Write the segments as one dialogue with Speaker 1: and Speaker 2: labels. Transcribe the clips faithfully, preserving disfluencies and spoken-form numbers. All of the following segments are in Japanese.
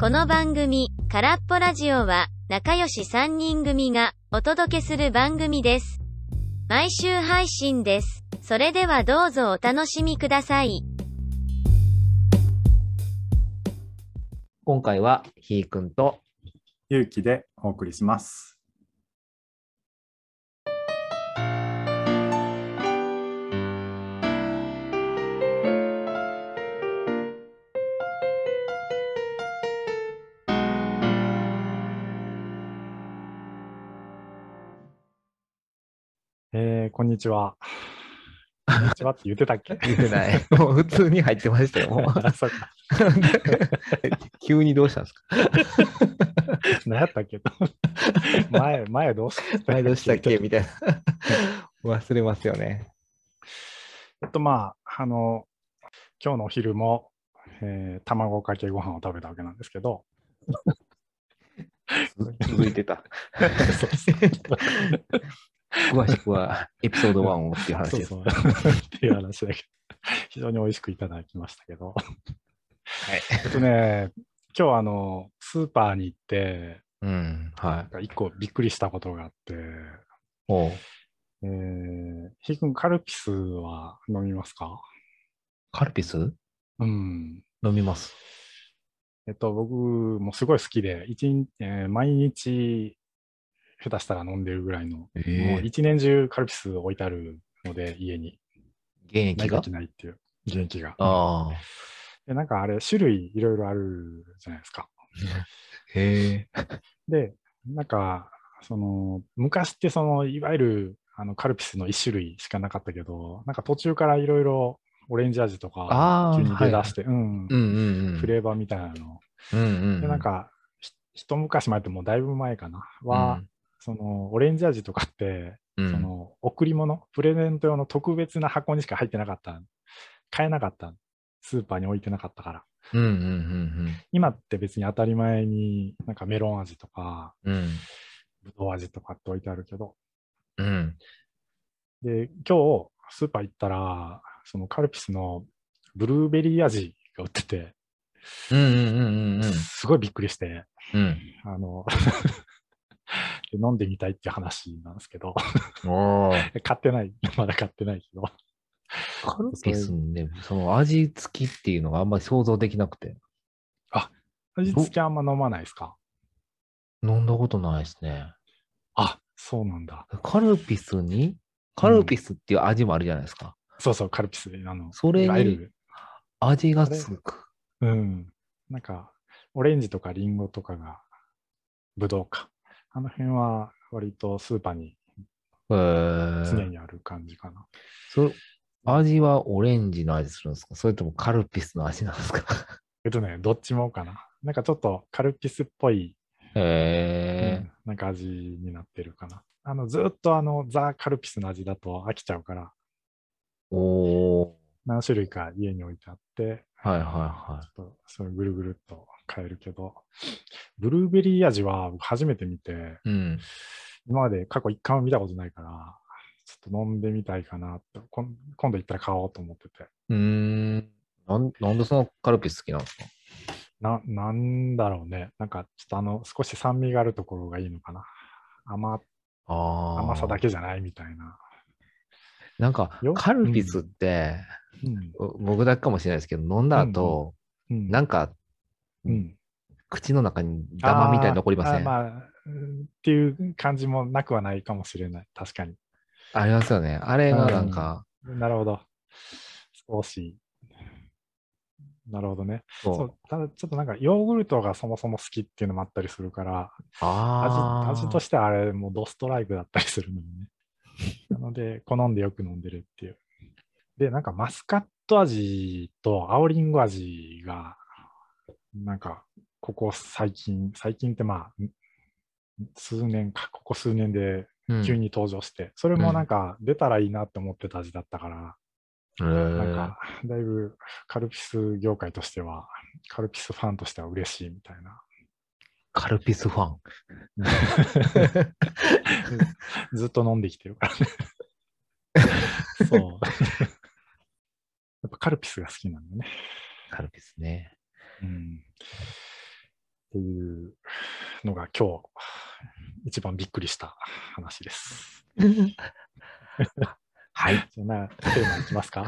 Speaker 1: この番組、空っぽラジオは、仲良しさんにん組がお届けする番組です。毎週配信です。それではどうぞお楽しみください。
Speaker 2: 今回はひーくんと
Speaker 3: ゆうきでお送りします。えー、こんにちは。こんにちはって言ってたっけ？
Speaker 2: 言ってない。もう普通に入ってましたよ。もう
Speaker 3: あ、そうか。
Speaker 2: 急にどうしたんですか？
Speaker 3: 何やったっけ前、前どうしたっけ
Speaker 2: 前どうしたっけみたいな。忘れますよね。
Speaker 3: えっと、まあ、あの、今日のお昼も、えー、卵かけご飯を食べたわけなんですけど。
Speaker 2: 続いてた。
Speaker 3: そうそう
Speaker 2: 詳しくはエピソードワンをっていう話です。
Speaker 3: そうそうっていう話だけど、非常に美味しくいただきましたけど。
Speaker 2: はい。
Speaker 3: えっとね、今日あの、スーパーに行って、
Speaker 2: うん、はい。
Speaker 3: 一個びっくりしたことがあって、
Speaker 2: おう。
Speaker 3: えー、ひーくん、カルピスは飲みますか？
Speaker 2: カルピス？
Speaker 3: うん。
Speaker 2: 飲みます。
Speaker 3: えっと、僕もすごい好きで、一日、えー毎日、下手したら飲んでるぐらいの、
Speaker 2: えー
Speaker 3: もう一年中カルピス置いてあるので、家に。
Speaker 2: 現役が
Speaker 3: ないときないっていう、現役が。
Speaker 2: ああ。
Speaker 3: で、なんかあれ、種類いろいろあるじゃないですか。
Speaker 2: へえ。
Speaker 3: で、なんか、その、昔ってその、いわゆる、あの、カルピスの一種類しかなかったけど、なんか途中からいろいろオレンジ味とか
Speaker 2: ああ、
Speaker 3: 急に出だ
Speaker 2: はい。
Speaker 3: して、うん、
Speaker 2: うんうんうん。
Speaker 3: フレーバーみたいなの。
Speaker 2: うんうんうん。
Speaker 3: で、なんか、ひ一昔前ってもうだいぶ前かな、は、
Speaker 2: うん
Speaker 3: その、オレンジ味とかって、
Speaker 2: うん
Speaker 3: その、贈り物、プレゼント用の特別な箱にしか入ってなかった。買えなかった。スーパーに置いてなかったから。
Speaker 2: うんうんうん
Speaker 3: 今って別に当たり前になんかメロン味とか、
Speaker 2: うん。うん
Speaker 3: ぶどう味とかって置いてあるけど、
Speaker 2: うん
Speaker 3: で、今日スーパー行ったら、そのカルピスのブルーベリー味が売ってて、
Speaker 2: うんうんうんうん
Speaker 3: すごいびっくりして、
Speaker 2: うん
Speaker 3: あの、で飲んでみたいっていう話なんですけど、
Speaker 2: うん。おー。
Speaker 3: 買ってない、まだ買ってないけど、
Speaker 2: カルピスね、その味付きっていうのがあんまり想像できなくて。
Speaker 3: あ、味付けあんま飲まないですか？
Speaker 2: 飲んだことないですね。
Speaker 3: あ、そうなんだ。
Speaker 2: カルピスに、カルピスっていう味もあるじゃないですか。
Speaker 3: そうそう、カルピス、あの、
Speaker 2: それに
Speaker 3: いわゆる、
Speaker 2: 味がつく。
Speaker 3: うん、なんか、オレンジとかリンゴとかが、ぶどうか。あの辺は割とスーパーに
Speaker 2: えー、
Speaker 3: 常にある感じかな。
Speaker 2: そ味はオレンジの味するんですか？それともカルピスの味なんですか？
Speaker 3: えっとね、どっちもかな。なんかちょっとカルピスっぽい、
Speaker 2: へ
Speaker 3: うん、なんか味になってるかな。あの、ずっとあの、ザ・カルピスの味だと飽きちゃうから、
Speaker 2: ー。おー。
Speaker 3: 何種類か家に置いてあって、
Speaker 2: はいはいは
Speaker 3: ちょっとそれぐるぐるっと買えるけど、ブルーベリー味は僕初めて見て、
Speaker 2: い。うん。
Speaker 3: 今まで過去一回も見たことないから、ちょっと飲んでみたいかなと、こん今度行ったら買おうと思ってて。
Speaker 2: うーん。なん、なんでそのカルピス好きなんですか？
Speaker 3: な、なんだろうね。なんか、ちょっとあの、少し酸味があるところがいいのかな。甘、
Speaker 2: あ
Speaker 3: 甘さだ
Speaker 2: あ。
Speaker 3: けじゃないみたいな。
Speaker 2: なんか、
Speaker 3: よ、
Speaker 2: カルピスって、
Speaker 3: うん、
Speaker 2: 僕だけかもしれないですけど、飲んだ後、
Speaker 3: うん、うん、
Speaker 2: なんか、
Speaker 3: うん。
Speaker 2: 口の中にダマみたいに残りま
Speaker 3: あーあー、
Speaker 2: せん？
Speaker 3: まあ、うんっていう感じもなくはないかもしれない。確かに。
Speaker 2: ありますよね。あれがなんか、
Speaker 3: うん、なるほど。少し。なるほどね。そう、
Speaker 2: そう。
Speaker 3: ただちょっとなんかヨーグルトがそもそも好きっていうのもあったりするから、味、味と
Speaker 2: あ
Speaker 3: してはあれもうドストライクだったりするのにね。なので、好んでよく飲んでるっていう。で、なんかマスカット味と青リンゴ味が、なんか、ここ最近、最近ってまあ、数年か、ここ数年で
Speaker 2: あ、うん。
Speaker 3: 急に登場して、それもなんか出たらいいなって思ってた味だったから、
Speaker 2: へー
Speaker 3: なんか、だいぶカルピス業界としては、カルピスファンとしては嬉しいみたいな。
Speaker 2: カルピスファン。
Speaker 3: ずっと飲んできてるからね。そう。やっぱカルピスが好きなんだね。
Speaker 2: カルピスね。
Speaker 3: うん。 ていうのが今日一番びっくりした話です。
Speaker 2: はい。
Speaker 3: じゃあな、テーマいきますか。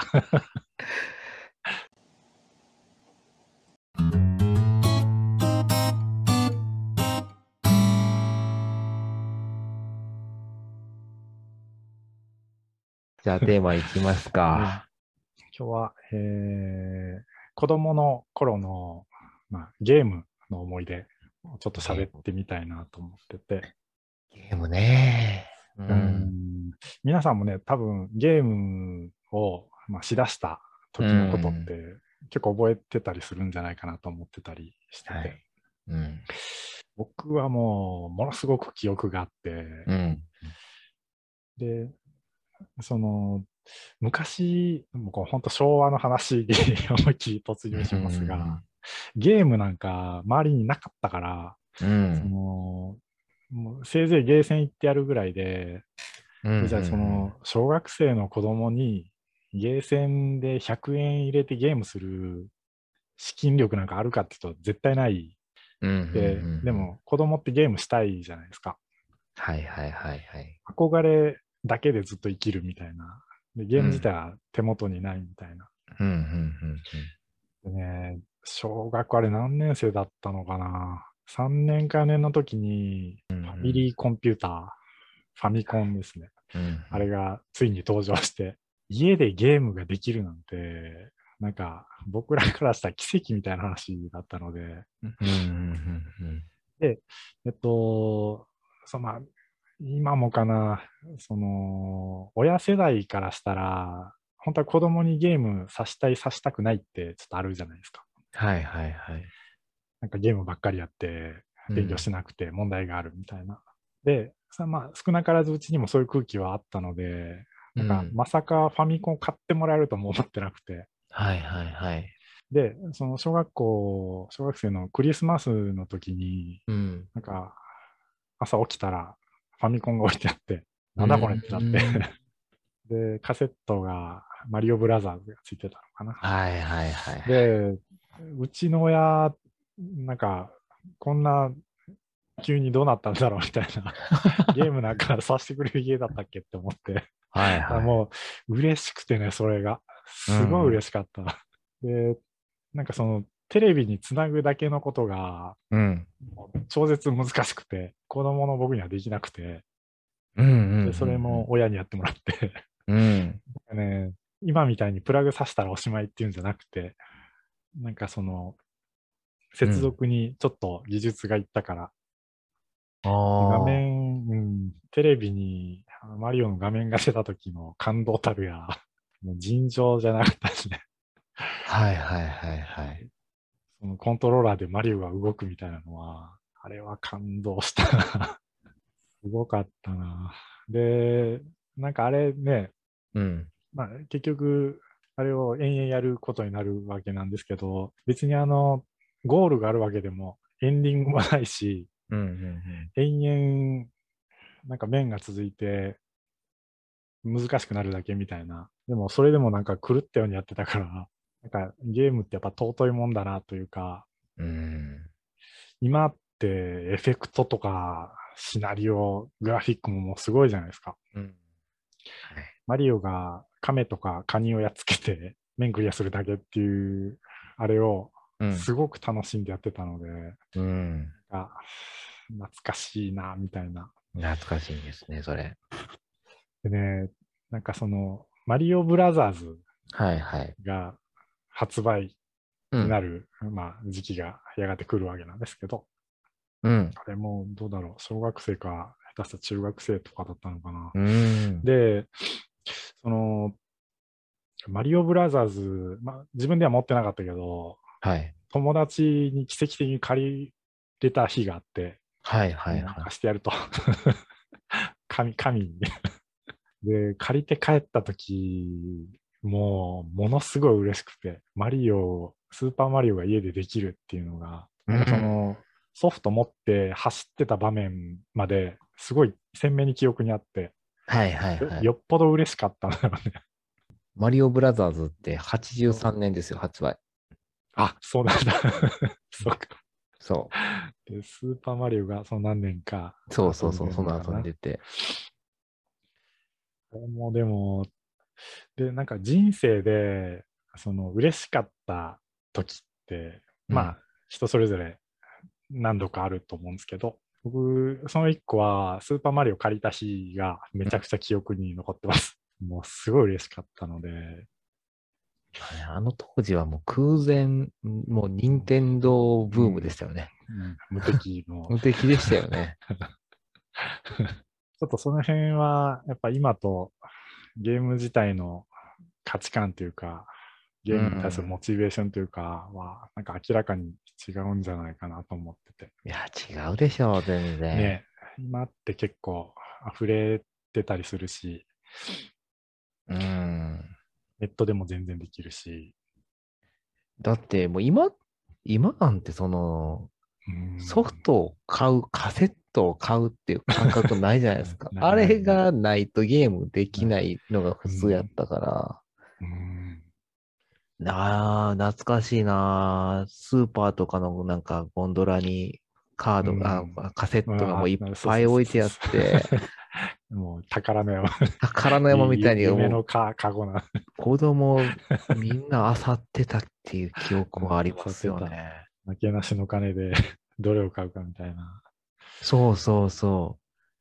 Speaker 2: じゃあテーマいきますか。
Speaker 3: 今日は、えー、子供の頃の、まあ、ゲームの思い出をちょっと喋ってみたいなと思ってて。
Speaker 2: ゲームね。
Speaker 3: うん、皆さんもね、多分ゲームを、まあ、しだした時のことって結構覚えてたりするんじゃないかなと思ってたりしてて。はいうん、僕はもうものすごく記憶があって、うん、で、その、昔、もう本当昭和の話に思いっきり突入しますが、うん、ゲームなんか周りになかったから、うん、そのもうせいぜいゲーセン行ってやるぐらいで、うん、じゃあその小学生の子供にゲーセンでひゃくえん入れてゲームする資金力なんかあるかって言うと絶対ない。うん、で、でも子供ってゲームしたいじゃないですか。はいはいはいはい。憧れだけでずっと生きるみたいな。でゲーム自体は手元にないみたいな。うんうんうんうん、でね、小学校あれ何年生だったのかな。さんねんかよねんの時にファミリーコンピューター、うんうん、ファミコンですね、うんうん。あれがついに登場して、家でゲームができるなんて、なんか僕らからしたら奇跡みたいな話だったので。うんうんうんうん、で、えっと、そのまあ、今もかな、その、親世代からしたら、本当は子供にゲームさしたい、さしたくないってちょっとあるじゃないですか。はいはいはい。なんかゲームばっかりやって、勉強しなくて問題があるみたいな。うん、で、さまあ、少なからずうちにもそういう空気はあったので、なんかまさかファミコン買ってもらえるとも思ってなくて。はいはいはい。で、その小学校、小学生のクリスマスの時に、うん、なんか朝起きたらファミコンが置いてあって、なんだこれってなって、で、カセットがマリオブラザーズがついてたのかな。はいはいはい。で、うちの親、なんか、こんな急にどうなったんだろうみたいな、ゲームなんかさせてくれる家だったっけって思って、はいはい、もう嬉しくてね、それが。すごい嬉しかった。うん、で、なんかその、テレビにつなぐだけのことが、うん、超絶難しくて、子供の僕にはできなくて、うんうんうんうん、でそれも親にやってもらって、うんね、今みたいにプラグ挿したらおしまいっていうんじゃなくて、なんかその、接続にちょっと技術がいったから、うん、画面、うん、テレビにマリオの画面が出た時の感動たるや、もう尋常じゃなかったしね。はいはいはいはい。そのコントローラーでマリオが動くみたいなのは、あれは感動したな。すごかったな。で、なんかあれね、うん、まあ結局、あれを延々やることになるわけなんですけど、別にあの、ゴールがあるわけでも、エンディングもないし、うんうんうん、延々、なんか面が続いて、難しくなるだけみたいな。でもそれでもなんか狂ったようにやってたから、なんかゲームってやっぱ尊いもんだなというか、うん、今ってエフェクトとかシナリオ、グラフィックももうすごいじゃないですか。うんはい、マリオが亀とかカニをやっつけて面クリアするだけっていう、あれをすごく楽しんでやってたので、うん、あ懐かしいな、みたいな。懐かしいですね、それ。でね、なんかその、マリオブラザーズが発売になる、はいはい、まあ、時期がやがて来るわけなんですけど、うん、あれもどうだろう、小学生か、下手したら中学生とかだったのかな。うん、で、その、マリオブラザーズ、まあ、自分では持ってなかったけど、はい、友達に奇跡的に借りれた日があって、はいはいはい、貸してやると。神、神に。で、借りて帰ったとき、もう、ものすごい嬉しくて、マリオ、スーパーマリオが家でできるっていうのが、なんかその、ソフト持って走ってた場面まですごい鮮明に記憶にあって、はいはいはい。よっぽど嬉しかったんだろうね。マリオブラザーズってはちじゅうさんねんですよ、発売。あ、そうなんだ。そうか。
Speaker 2: そ
Speaker 3: で、スーパーマリオがその何年か
Speaker 2: う。そうそうそう、
Speaker 3: 遊んで
Speaker 2: その
Speaker 3: るのかな。
Speaker 2: 遊んでて。
Speaker 3: これもでも、で、なんか人生で、その嬉しかった時って、
Speaker 2: うん
Speaker 3: まあ、人それぞれ何度かあると思うんですけど、僕、その一個は、スーパーマリオ借りた日がめちゃくちゃ記憶に残ってます。もうすごい嬉しかったので、
Speaker 2: あの当時はもう空前、もう任天堂ブームでしたよね。
Speaker 3: うん無敵の。
Speaker 2: 無敵でしたよね。
Speaker 3: ちょっとその辺は、やっぱ今とゲーム自体の価値観というか、ゲームに対するモチベーションというかは、なんか明らかに違うんじゃないかなと思ってて。
Speaker 2: いや、違うでしょう、全然。
Speaker 3: ね、今って結構溢れてたりするし、
Speaker 2: うん。
Speaker 3: ネットでも全然できるし。
Speaker 2: だってもう今、今なんてその、
Speaker 3: うん
Speaker 2: ソフトを買う、カセットを買うっていう感覚ないじゃないですか。
Speaker 3: ない
Speaker 2: あれがないとゲームできないのが普通やったから。
Speaker 3: うん
Speaker 2: ああ、懐かしいな。スーパーとかのなんかゴンドラにカード、
Speaker 3: うん
Speaker 2: あ、カセットがもういっ
Speaker 3: あそうそうそうそう
Speaker 2: ぱい置いてあって、
Speaker 3: もう宝の山。
Speaker 2: 宝の山みたいに
Speaker 3: 夢の
Speaker 2: もう
Speaker 3: かカゴな。
Speaker 2: 子供みんな漁ってたっていう記憶はありますよ
Speaker 3: うん漁って
Speaker 2: ね。
Speaker 3: 負けなしの金でどれを買うかみたいな。
Speaker 2: そうそうそ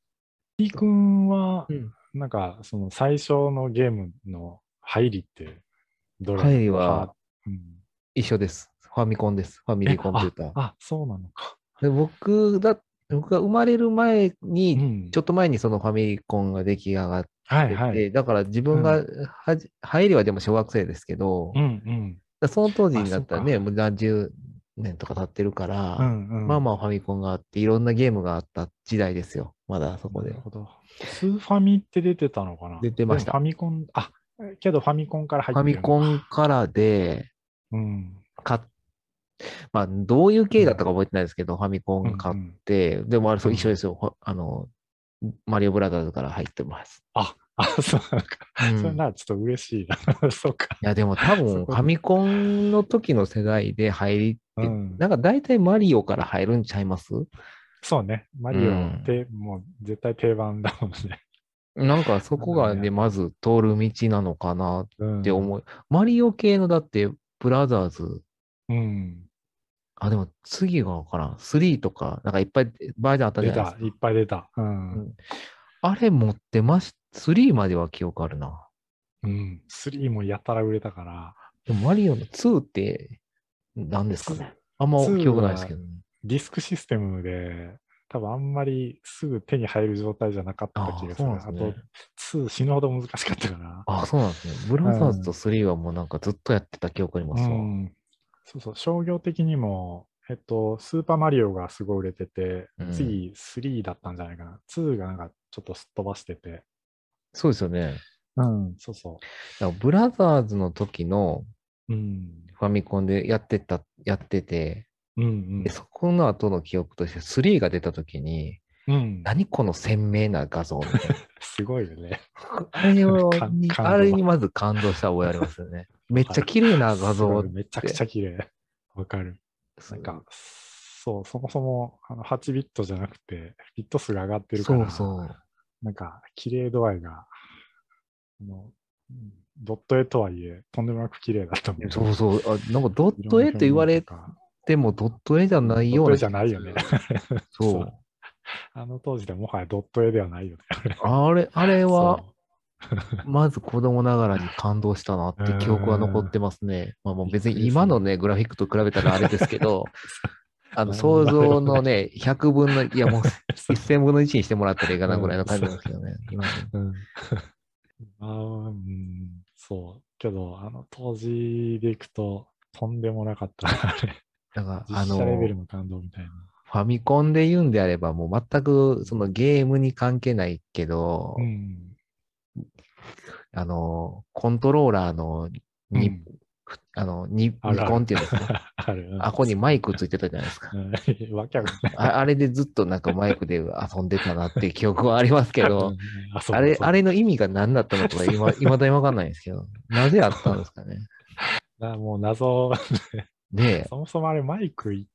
Speaker 3: T 君は、
Speaker 2: う。うん
Speaker 3: なんか、その最初のゲームの入りってどれ
Speaker 2: 入り
Speaker 3: は
Speaker 2: は、
Speaker 3: うん
Speaker 2: 一緒です。ファミコンです。ファミリーコンピューター。
Speaker 3: あ、あ、そうなのか。
Speaker 2: で僕だ、僕が生まれる前
Speaker 3: う
Speaker 2: に、
Speaker 3: ん。
Speaker 2: ちょっと前にそのファミリーコンが出来上がってて、
Speaker 3: はいはい。
Speaker 2: だから自分がはじ、入りはでも小学生ですけど、
Speaker 3: うんうん。
Speaker 2: だその当時にな
Speaker 3: あ、そうか。
Speaker 2: ったらね、もう何十年とか経ってるか
Speaker 3: う
Speaker 2: ら、
Speaker 3: んうん。
Speaker 2: まあまあファミコンがあって、いろんなゲームがあった時代ですよ。まだそこで。
Speaker 3: なるほど。スーファミって出てたのかな。
Speaker 2: 出てました
Speaker 3: でもファミコン、あ、けどファミコンから入
Speaker 2: ファミ
Speaker 3: ってるのか。
Speaker 2: コンからで、
Speaker 3: うん。
Speaker 2: 買っまあ、どういう経緯だったか覚えてないですけど、ファミコン買っ
Speaker 3: うん
Speaker 2: て、でもあれそう
Speaker 3: うん
Speaker 2: 一緒ですよ。ほあの、マリオブラザーズから入ってます。
Speaker 3: あ、あ、そうなのか。
Speaker 2: うん
Speaker 3: それならちょっと嬉しいな。そうか。
Speaker 2: いや、でも多分、フ
Speaker 3: そこ
Speaker 2: ァミコンの時の世代で入りって、
Speaker 3: うん
Speaker 2: なんか大体マリオから入るんちゃいます
Speaker 3: そうね。マリオってもう絶対定番だもんね。
Speaker 2: なんかそこがね、まず通る道なのかなっ
Speaker 3: うん
Speaker 2: て思う。マリオ系のだって、ブラザーズ、
Speaker 3: うん。
Speaker 2: あ、でも次がわからん。スリーとか、なんかいっぱいバージョンあったじ
Speaker 3: 出た。
Speaker 2: ゃないですか。
Speaker 3: いっぱい出た。う。
Speaker 2: うんんあれ持ってまし、スリーまでは記憶あるな。
Speaker 3: うん。スリーもやたら売れたから、
Speaker 2: でもマリオのツーって何ですかね。あんま記憶ないですけどね。
Speaker 3: ディスクシステムで、多分あんまりすぐ手に入る状態じゃなかった気がする。
Speaker 2: ああそうなんですね
Speaker 3: あと、ツー死ぬほど難しかったから。
Speaker 2: あ、そうなんですね。ブラザーズとスリーはもうなんかずっとやってた記憶ありますわ。
Speaker 3: うん。そうそう、商業的にも、えっと、スーパーマリオがすごい売れてて、
Speaker 2: うん
Speaker 3: 次スリーだったんじゃないかな。ツーがなんかちょっとすっ飛ばしてて。
Speaker 2: そうですよね。
Speaker 3: うん、そうそ
Speaker 2: だからブラザーズの時の
Speaker 3: う。うん。
Speaker 2: ファミコンでやってた、やってて、
Speaker 3: うんうん
Speaker 2: で。そこの後の記憶としてスリーが出た時に、
Speaker 3: うん。
Speaker 2: 何この鮮明な画像みたいな。
Speaker 3: すごいよね。
Speaker 2: あれを
Speaker 3: か
Speaker 2: に、
Speaker 3: 感動
Speaker 2: あれにまず感動した覚えありますよね。めっちゃ綺麗な画像って。
Speaker 3: すごいめちゃくちゃ綺麗。わかる。なんか、そう、そもそもあのはちビットじゃなくて、ビット数が上がってるから、
Speaker 2: そうそう。
Speaker 3: なんか、綺麗度合いが、あのうんドット絵とはいえ、とんでもなく綺麗だと思う。
Speaker 2: そうそう。あなんかドット絵と言われてもドット絵じゃないような。
Speaker 3: ドット絵じゃないよね。
Speaker 2: そ
Speaker 3: そうう。あの当時でもはやドット絵ではないよね。
Speaker 2: あれ、あれは、
Speaker 3: そ
Speaker 2: まず子供ながらに感動したなって記憶は残ってますね。まあもう別に今のね、グラフィックと比べたらあれですけど、あの想像のね、ひゃくぶんの、いやもうせんぶんのいちにしてもらったらいいかなぐらいの感じなんですけどね。今ね
Speaker 3: う。うんあーうん、そう。けど、あの当時でいくと、とんでもなかったな、あれ。
Speaker 2: だから、あ
Speaker 3: 実写レベル
Speaker 2: の、
Speaker 3: の感動みたいな。
Speaker 2: ファミコンで言うんであれば、もう全くそのゲームに関係ないけど、
Speaker 3: うん。
Speaker 2: あの、コントローラーのに、
Speaker 3: うん
Speaker 2: あの、に、
Speaker 3: あるある
Speaker 2: ニコンっていうんですか。
Speaker 3: ある。うん
Speaker 2: あここにマイクついてたじゃないですか。
Speaker 3: うんわけわかんない。
Speaker 2: ああれでずっとなんかマイクで遊んでたなっていう記憶はありますけど、
Speaker 3: うんあそう
Speaker 2: あれ、
Speaker 3: そう
Speaker 2: あれの意味が何だったのかが今、未だにわかんないんですけど、なぜあったんですかね。
Speaker 3: あもう謎、
Speaker 2: ねえ。
Speaker 3: そもそもあれマイクい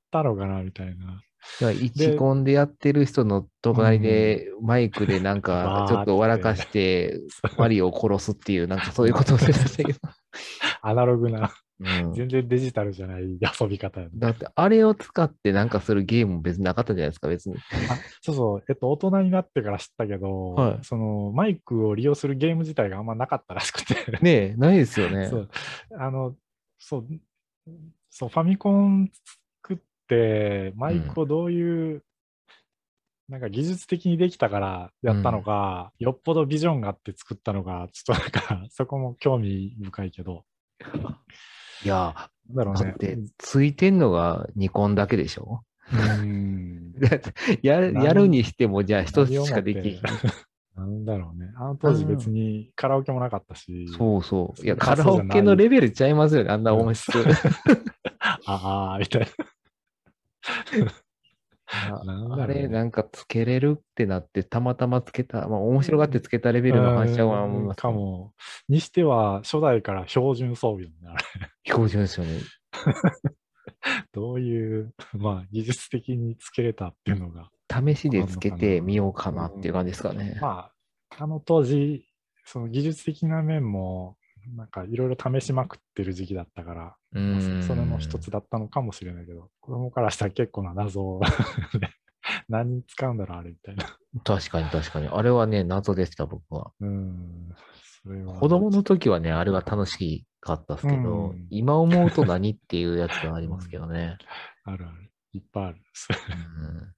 Speaker 3: たのかなみたいな。
Speaker 2: だから一コンでやってる人の隣でマイクでなんかちょっと笑かしてマリオを殺すっていう、なんかそういうことをしてましたけど。
Speaker 3: アナログな、
Speaker 2: うん、
Speaker 3: 全然デジタルじゃない遊び方やね。
Speaker 2: だってあれを使ってなんかするゲーム別になかったじゃないですか、別に。
Speaker 3: あ、そうそう、えっと、大人になってから知ったけど、
Speaker 2: は
Speaker 3: その、マイクを利用するゲーム自体があんまなかったらしくて。
Speaker 2: い。ねえ、ないですよね。
Speaker 3: そう、あの、そう、そう、ファミコン作って、マイクをどういう、なんか技術的にできたからやったのか、よっぽどビジョンがあって作ったのか、ちょっとなんか、そこも興味深いけど、
Speaker 2: いや、
Speaker 3: なんだろうね。
Speaker 2: だってついてんのがニコンだけでしょ。
Speaker 3: うーん。
Speaker 2: やる、
Speaker 3: 何
Speaker 2: やるにしてもじゃあ一つ
Speaker 3: 何をもって
Speaker 2: しかできひん。
Speaker 3: なんだろうね。あの当時別にカラオケもなかったし。
Speaker 2: そうそう。いや、
Speaker 3: そ
Speaker 2: カラオ
Speaker 3: れこそじゃない
Speaker 2: ケのレベルちゃいますよね、あんな音質。
Speaker 3: ああ、みたい
Speaker 2: あ
Speaker 3: な。なんだ
Speaker 2: あれ、
Speaker 3: ろうね。
Speaker 2: なんかつけれるってなって、たまたまつけた、まあ面白がってつけたレベルの話は思い
Speaker 3: うん
Speaker 2: ますね。
Speaker 3: かも。にしては、初代から標準装備だね、あれ。
Speaker 2: 標準ですよね。
Speaker 3: どういう、まあ、技術的につけれたっていうのが
Speaker 2: 試しでつけ
Speaker 3: あるのかな。
Speaker 2: てみようかなっていう感じですかね。
Speaker 3: まあ、あの当時、その技術的な面も、なんかいろいろ試しまくってる時期だったから、
Speaker 2: う
Speaker 3: まあ
Speaker 2: ーん。
Speaker 3: それの一つだったのかもしれないけど、子供からしたら結構な謎で何に使うんだろう、あれみたいな。
Speaker 2: 確かに確かに。あれはね、謎でした、僕は。
Speaker 3: うん、それは。
Speaker 2: 子供の時はね、あれは楽しかったですけど、
Speaker 3: うん
Speaker 2: 今思うと何っていうやつがありますけどね。
Speaker 3: あるある。いっぱいある。
Speaker 2: うん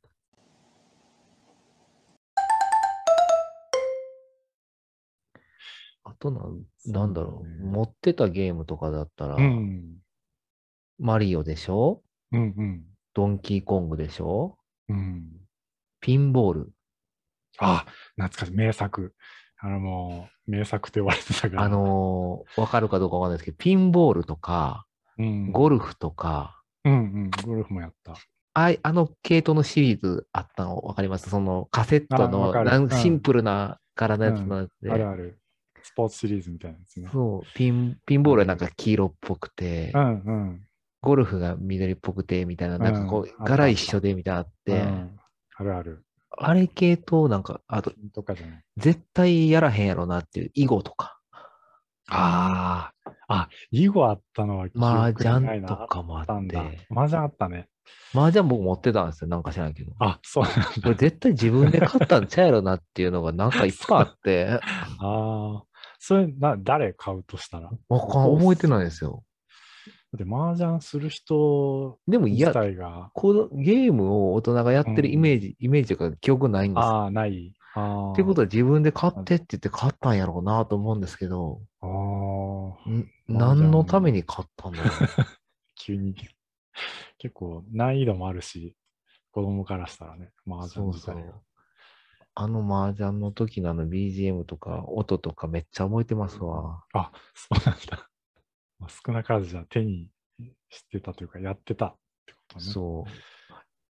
Speaker 2: あとな、なんだろう、
Speaker 3: そうね
Speaker 2: 持ってたゲームとかだったら、
Speaker 3: うん。
Speaker 2: マリオでしょ、
Speaker 3: うんうん。
Speaker 2: ドンキーコングでしょ、
Speaker 3: うん。
Speaker 2: ピンボール。
Speaker 3: あ、懐かしい。名作。あのもう、名作と呼ばれてたから。
Speaker 2: あのーわかるかどうかわかんないですけど、ピンボールとか、
Speaker 3: うん。
Speaker 2: ゴルフとか、
Speaker 3: うんうん。ゴルフもやった。
Speaker 2: あい、あの系統のシリーズあったのわかります？そのカセッ
Speaker 3: あ、
Speaker 2: トの
Speaker 3: わかる。
Speaker 2: なんシン
Speaker 3: うん。
Speaker 2: プルな柄のやつ
Speaker 3: うん。
Speaker 2: なんで、
Speaker 3: あるある。スポーツシリーズみたいなやつね。
Speaker 2: そう、ピン、ピンボールはなんか黄色っぽくて、
Speaker 3: うんうん。
Speaker 2: ゴルフが緑っぽくて、みたいな、
Speaker 3: うん。
Speaker 2: なんかこう、
Speaker 3: あったあった。
Speaker 2: 柄一緒でみたいなのあっ
Speaker 3: う
Speaker 2: て、
Speaker 3: ん。あるある。
Speaker 2: あれ系と、なんか、あと、
Speaker 3: とかじゃない。
Speaker 2: 絶対やらへんやろなっていう、囲碁とか、
Speaker 3: ああ。あ、囲碁あったのは記
Speaker 2: 麻
Speaker 3: 憶にないな。
Speaker 2: 雀と
Speaker 3: あっ
Speaker 2: かもあっ
Speaker 3: たんだ。
Speaker 2: て、
Speaker 3: 麻雀あったね。
Speaker 2: 麻雀僕持ってたんですよ、なんか知らんけど。
Speaker 3: あ、そうなん
Speaker 2: これ
Speaker 3: だ。
Speaker 2: 絶対自分で買ったんちゃうやろなっていうのがなんかいっぱいあって、
Speaker 3: ああ。それ、な、誰買うとしたら
Speaker 2: わかん、覚えてないですよ。
Speaker 3: だって麻雀する人自
Speaker 2: でもいや、
Speaker 3: 体が、
Speaker 2: このゲームを大人がやってるイメージ、イメージとか記憶ないんですよ。
Speaker 3: ああ、ない。
Speaker 2: っていうこと
Speaker 3: あ
Speaker 2: は自分で買ってって言って買ったんやろうなと思うんですけど、
Speaker 3: あ、ああ、
Speaker 2: ん
Speaker 3: 麻雀
Speaker 2: 何のために買ったんだろう。
Speaker 3: 急に。結構難易度もあるし、子供からしたらね、麻雀
Speaker 2: そうそ
Speaker 3: 自体が。
Speaker 2: う。あの麻雀の時のあの ビージーエム とか音とかめっちゃ覚えてますわ。
Speaker 3: あ、そうなんだ。まあ少なからずじゃあ手にしてたというか、やってたってことね。
Speaker 2: そう。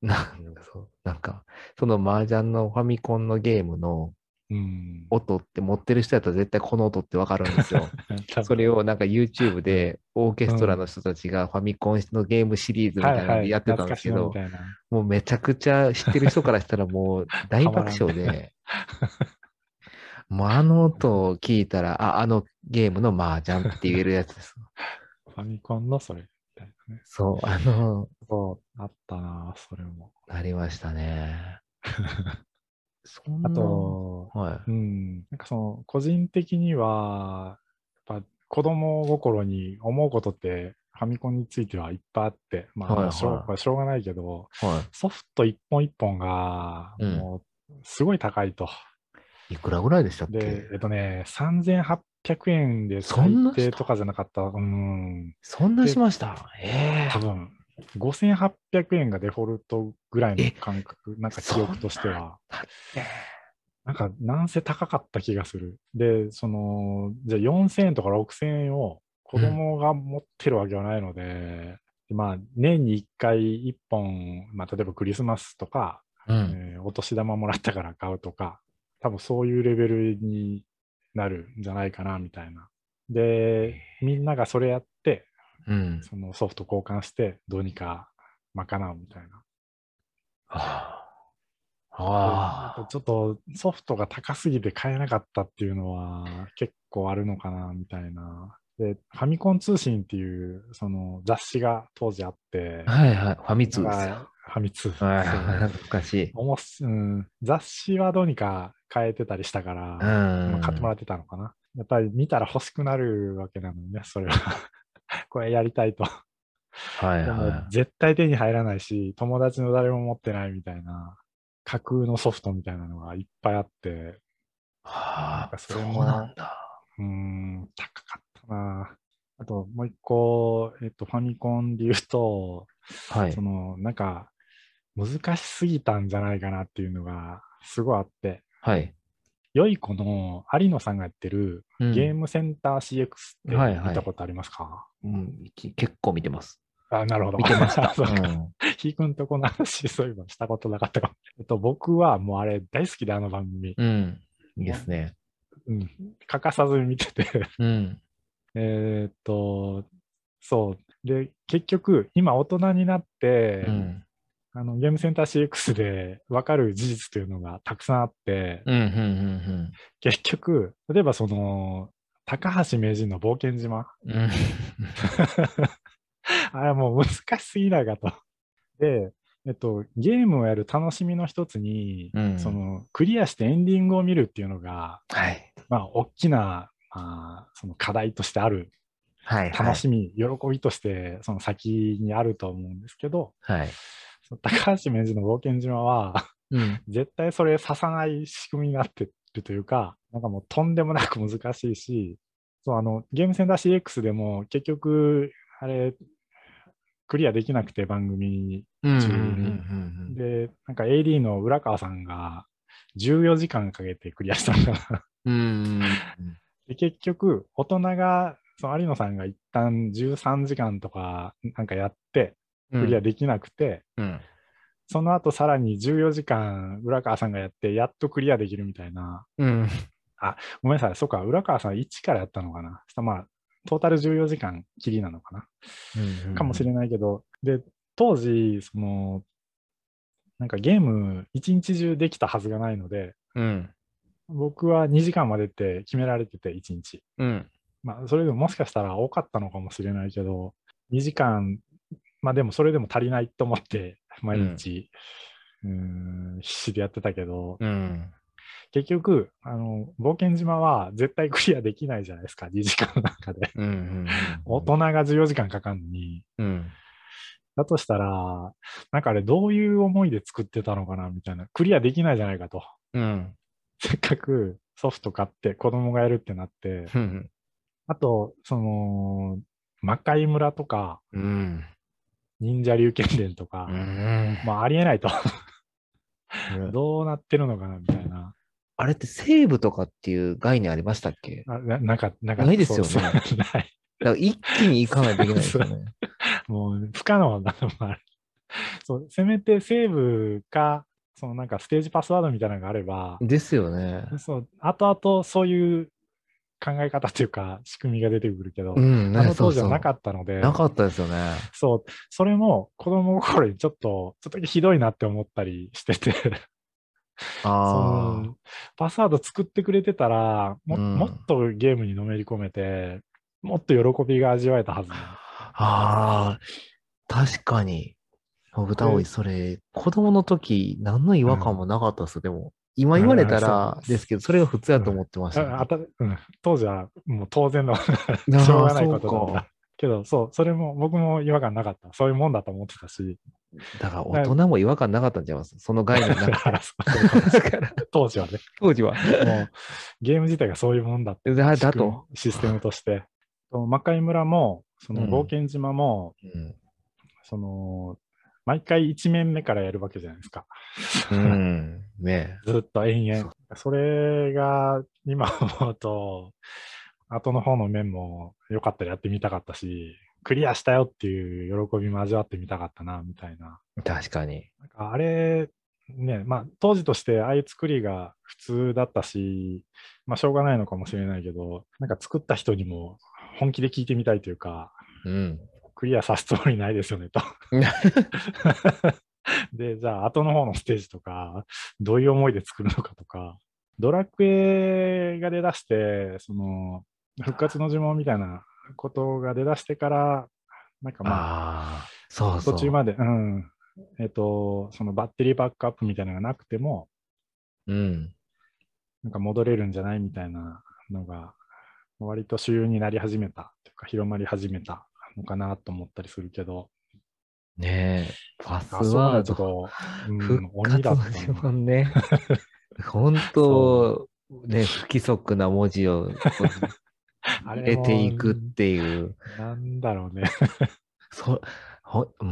Speaker 2: なんかそう。なんか、その麻雀のファミコンのゲームの
Speaker 3: うん。
Speaker 2: 音って持ってる人やったら絶対この音ってわかるんですよ。
Speaker 3: 多分
Speaker 2: それをなんか YouTube でオーケストラの人たちがファミコンのゲームシリーズみたいなの
Speaker 3: はいはい。
Speaker 2: でやってたん
Speaker 3: 懐かし
Speaker 2: ですけど、
Speaker 3: のみたいな。
Speaker 2: もうめちゃくちゃ知ってる人からしたらもう大爆笑で、もうあの音を聞いたら、あ、あのゲームの麻雀って言えるやつです。
Speaker 3: ファミコンのそれみたいなね。
Speaker 2: そう、あの、
Speaker 3: そう、あったな、それも。
Speaker 2: ありましたね。そん
Speaker 3: あ
Speaker 2: な、
Speaker 3: と、
Speaker 2: は
Speaker 3: うん、なんかその、個人的には、やっぱ子供心に思うことってファミコンについてはいっぱいあって、まあ
Speaker 2: はい
Speaker 3: もうしょう、
Speaker 2: はい
Speaker 3: これしょうがないけど、
Speaker 2: い。は
Speaker 3: ソフト一本一本が
Speaker 2: い。うん。
Speaker 3: もうすごい高いと。
Speaker 2: いくらぐらいでしたっ
Speaker 3: で、
Speaker 2: け？
Speaker 3: えっとね、さんぜんはっぴゃくえんで
Speaker 2: そんなした
Speaker 3: 最低とかじゃなかった。うん。
Speaker 2: そんな
Speaker 3: で
Speaker 2: しましたえ
Speaker 3: 多分、ごせんはっぴゃくえんがデフォルトぐらいの
Speaker 2: え
Speaker 3: 感覚、なん
Speaker 2: え
Speaker 3: か記憶としては。
Speaker 2: そんなだって
Speaker 3: なんか、なんせ高かった気がする。で、その、じゃあよんせんえんとかろくせんえんを子供が持ってるわけはないので、でまあ、年にいっかいいっぽん、まあ、例えばクリスマスとか、
Speaker 2: うん。
Speaker 3: えーお年玉もらったから買うとか、多分そういうレベルになるんじゃないかな、みたいな。で、みんながそれやって、
Speaker 2: うん。
Speaker 3: そのソフト交換して、どうにか賄うみたいな。
Speaker 2: あ
Speaker 3: でやっぱ
Speaker 2: あ。
Speaker 3: ちょっとソフトが高すぎて買えなかったっていうのは結構あるのかなみたいな。で、ファミコン通信っていうその雑誌が当時あって、
Speaker 2: はいはい。ファミ
Speaker 3: なん
Speaker 2: 通ですよ。
Speaker 3: かファミ通、
Speaker 2: あ
Speaker 3: そう、
Speaker 2: あ、懐かしい。
Speaker 3: おもし、うん、雑誌はどうにか変えてたりしたか
Speaker 2: う
Speaker 3: ら、まあ、買ってもら
Speaker 2: ん。
Speaker 3: ってたのかな。やっぱり見たら欲しくなるわけなのにね、それは。これやりたいと。
Speaker 2: はい
Speaker 3: でも
Speaker 2: はい。
Speaker 3: 絶対手に入らないし、友達の誰も持ってないみたいな、架空のソフトみたいなのがいっぱいあって、なん
Speaker 2: はあ、
Speaker 3: かそれ
Speaker 2: そうな
Speaker 3: も、
Speaker 2: んだ。
Speaker 3: うーん、高かったな。あともう一個、えっと、ファミコンで言うと、
Speaker 2: はい。
Speaker 3: その、なんか、難しすぎたんじゃないかなっていうのがすごいあって、
Speaker 2: はい。
Speaker 3: 良い子の有野さんがやってるゲー
Speaker 2: うん。
Speaker 3: ムセンター シーエックス って見
Speaker 2: はいはい。
Speaker 3: たことありますか？
Speaker 2: うん、き結構見てます。
Speaker 3: あ、なるほど。
Speaker 2: 見てました。
Speaker 3: そうか。
Speaker 2: うん。
Speaker 3: ひーくんとこの話、そういえばしたことなかったかも。えっと、僕はもうあれ大好きで、あの番組。
Speaker 2: うん。いいで
Speaker 3: も
Speaker 2: すね。
Speaker 3: う、うん、欠かさず見てて
Speaker 2: うん。
Speaker 3: えーっと、そう。で、結局、今大人になって、
Speaker 2: うん。
Speaker 3: あの、ゲームセンター シーエックス で分かる事実というのがたくさんあって、
Speaker 2: うん。うん。うん。
Speaker 3: 結局、例えばその、高橋名人の冒険島。
Speaker 2: うん。
Speaker 3: あれはもう難しすぎないかと。で、えっと、ゲームをやる楽しみの一つに、
Speaker 2: うん。
Speaker 3: その、クリアしてエンディングを見るっていうのが、
Speaker 2: はい。
Speaker 3: まあ、大きな、まあ、その課題としてある、
Speaker 2: はいはい。
Speaker 3: 楽しみ、喜びとして、その先にあると思うんですけど、
Speaker 2: はい。
Speaker 3: その高橋名人の冒険島は、
Speaker 2: うん。
Speaker 3: 絶対それ刺さない仕組みになってるというか、なんかもうとんでもなく難しいし、そう、あの、ゲームセンター シーエックス でも結局、あれ、クリアできなくて番組
Speaker 2: うん。うん。う
Speaker 3: 中に。
Speaker 2: ん。
Speaker 3: で、なんか エーディー の浦川さんがじゅうよじかんかけてクリアしたのかな。
Speaker 2: うん。うん。
Speaker 3: で、結局、大人が、その有野さんが一旦じゅうさんじかんとかなんかやって、
Speaker 2: うん。
Speaker 3: クリアできなくて、
Speaker 2: うん。
Speaker 3: その後さらにじゅうよじかん浦川さんがやって、やっとクリアできるみたいな。
Speaker 2: うん。
Speaker 3: あ、ごめんなさい。そっか、浦川さんいちからやったのかな。したまあ、トータルじゅうよじかんきりなのかな。
Speaker 2: うん。
Speaker 3: かもしれないけど、で、当時、その、なんかゲーム一日中できたはずがないので、
Speaker 2: うん。
Speaker 3: 僕はにじかんまでって決められてて、いちにち。
Speaker 2: うん。
Speaker 3: まあ、それでももしかしたら多かったのかもしれないけど、にじかん、まあでもそれでも足りないと思って、毎日、うーん、必死でやってたけど、
Speaker 2: うん。
Speaker 3: 結局、あの、冒険島は絶対クリアできないじゃないですか、にじかんの中で。
Speaker 2: うん。うん。
Speaker 3: 大人がじゅうよじかんかかるのに、
Speaker 2: うん。
Speaker 3: だとしたら、なんかあれどういう思いで作ってたのかなみたいな。クリアできないじゃないかと。
Speaker 2: うん。
Speaker 3: せっかくソフト買って子供がやるってなって、
Speaker 2: うん。
Speaker 3: あと、その、魔界村とか、
Speaker 2: うん。
Speaker 3: 忍者龍剣伝と
Speaker 2: う
Speaker 3: か、
Speaker 2: ん。
Speaker 3: まあありえないと。
Speaker 2: うん。
Speaker 3: どうなってるのかなみたいな。
Speaker 2: あれってセーブとかっていう概念ありましたっけ？
Speaker 3: あななかなかった、
Speaker 2: ないで
Speaker 3: そうそう。
Speaker 2: すよね。
Speaker 3: ない。
Speaker 2: だから一気に行かないといけないですよね。
Speaker 3: もう不可能なのもある。そう、せめてセーブか、そのなんかステージパスワードみたいなのがあれば、
Speaker 2: ですよね。
Speaker 3: そう、後々そういう考え方というか仕組みが出てくるけど、
Speaker 2: うんね、
Speaker 3: あの
Speaker 2: そうそ
Speaker 3: 当時はなかったの
Speaker 2: う。な
Speaker 3: で、
Speaker 2: かったですよね。
Speaker 3: そう、それも子供心にちょっと、ちょっとだけひどいなって思ったりしててそ
Speaker 2: ああ。
Speaker 3: の、パスワード作ってくれてたら、も、もっ
Speaker 2: うん。
Speaker 3: とゲームにのめり込めて、もっと喜びが味わえたはず。
Speaker 2: ああ、確かに。歌多い、
Speaker 3: で、
Speaker 2: それ、子供の時、何の違和感も
Speaker 3: うん。
Speaker 2: なかったです。でも、今言われ
Speaker 3: あ、あ、
Speaker 2: た
Speaker 3: そう。
Speaker 2: らですけど、それが普通
Speaker 3: うん。
Speaker 2: やと思ってましたね。
Speaker 3: あ、あた、うん。当時はもう当然のしょう
Speaker 2: ああ、
Speaker 3: がない
Speaker 2: そう
Speaker 3: ことだった。
Speaker 2: か。
Speaker 3: けど、そう、それも僕も違和感なかった。そういうもんだと思ってたし。
Speaker 2: だから大
Speaker 3: だ
Speaker 2: 人も違和感なかったんちゃいます？その概念なくて。
Speaker 3: そういうことですね。
Speaker 2: だから、
Speaker 3: 当時はね。
Speaker 2: 当時は。
Speaker 3: もうゲーム自体がそういうもんだ。
Speaker 2: だ、
Speaker 3: 仕組み、
Speaker 2: だと。
Speaker 3: システムとして。その魔界村も、その冒
Speaker 2: うん。
Speaker 3: 険島も、
Speaker 2: うん。
Speaker 3: その、毎回一面目からやるわけじゃないですか。
Speaker 2: うん。ね
Speaker 3: ずっと延
Speaker 2: え。そ
Speaker 3: 々。
Speaker 2: う。
Speaker 3: それが、今思うと、後の方の面も良かったらやってみたかったし、クリアしたよっていう喜びも味わってみたかったな、みたいな。
Speaker 2: 確かに。
Speaker 3: なんかあれ、ね、まあ当時としてああいう作りが普通だったし、まあしょうがないのかもしれないけど、なんか作った人にも本気で聞いてみたいというか、
Speaker 2: うん。
Speaker 3: クリアさすつもりないですよねと。で、じゃあ後の方のステージとか、どういう思いで作るのかとか、ドラクエが出だして、その、復活の呪文みたいなことが出だしてから、なんかまあ、
Speaker 2: ああ、そうそう。
Speaker 3: 途中まで、うん、えっと、そのバッテリーバックアップみたいなのがなくても、
Speaker 2: うん。
Speaker 3: なんか戻れるんじゃないみたいなのが、割と主流になり始めたというか、広まり始めたのかなと思ったりするけど、
Speaker 2: ねえ、パス
Speaker 3: あそこま
Speaker 2: ワード、
Speaker 3: でちょっと、う
Speaker 2: 復
Speaker 3: ん、鬼だ
Speaker 2: 活の呪
Speaker 3: ったな。
Speaker 2: 文ね。本
Speaker 3: そ
Speaker 2: 当、ね、不規則な文字をこう
Speaker 3: あ
Speaker 2: 入れて
Speaker 3: れも、
Speaker 2: いくっていう。
Speaker 3: なんだろうね。
Speaker 2: そ、ほ、うん、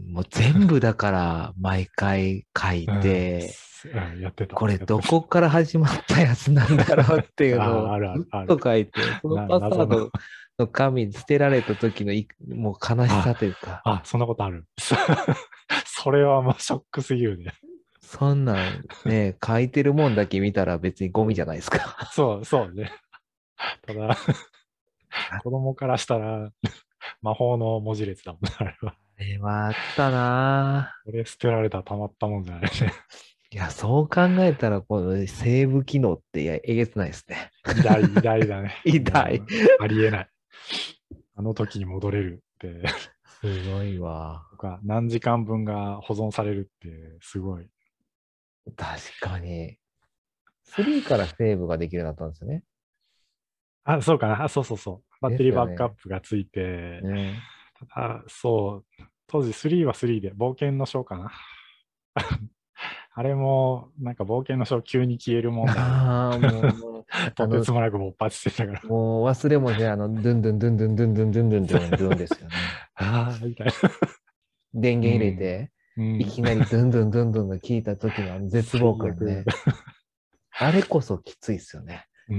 Speaker 2: もう全部だから毎回書い
Speaker 3: うん
Speaker 2: て、
Speaker 3: すうんやってた。
Speaker 2: これ
Speaker 3: やって
Speaker 2: どこから始まったやつなんだろうっていう
Speaker 3: た
Speaker 2: のを
Speaker 3: ああ、あるあ
Speaker 2: ず
Speaker 3: るある。
Speaker 2: っと書いて、その
Speaker 3: な、
Speaker 2: パスワ
Speaker 3: 謎の。
Speaker 2: ードの紙捨てられた時のいもう悲しさというか、
Speaker 3: あ、そんなことある。それはもうショックすぎるね。
Speaker 2: そんなんね、書いてるもんだけ見たら別にゴミじゃないですか。
Speaker 3: そう、そうね。ただ、子供からしたら魔法の文字列だもんね、あれは。
Speaker 2: あれはあったなぁ。
Speaker 3: これ捨てられたらたまったもんじゃないね。
Speaker 2: いや、そう考えたら、このセーブ機能っていやえげつないですね。
Speaker 3: 偉大、偉大だね。
Speaker 2: 偉大
Speaker 3: もうありえない。あの時に戻れるって、
Speaker 2: すごいわ。
Speaker 3: とか、何時間分が保存されるって、すごい。
Speaker 2: 確かに。スリーからセーブができるようになったんですよね。
Speaker 3: あ、そうかな。あ、そうそうそう。バッテリーバックアッ
Speaker 2: で
Speaker 3: プがついて、
Speaker 2: すよね。
Speaker 3: ただ、そう、当時スリーはスリーで冒険の章かな。あれも、なんか冒険の章急に消える問題が、
Speaker 2: ああ、もう、もう
Speaker 3: と
Speaker 2: あの、
Speaker 3: てつもなく勃発してたから、
Speaker 2: もう忘れもしない、あの、ドゥンドゥンドゥンドゥンドゥンドゥンドゥンドゥンドゥンドゥンですよね。
Speaker 3: ああ、みたいな。
Speaker 2: 電源入れて、
Speaker 3: うん
Speaker 2: いきなりドゥンドゥンドゥンドゥンが聞いた時のあの絶望感ね。あれこそきついっすよね。
Speaker 3: うん、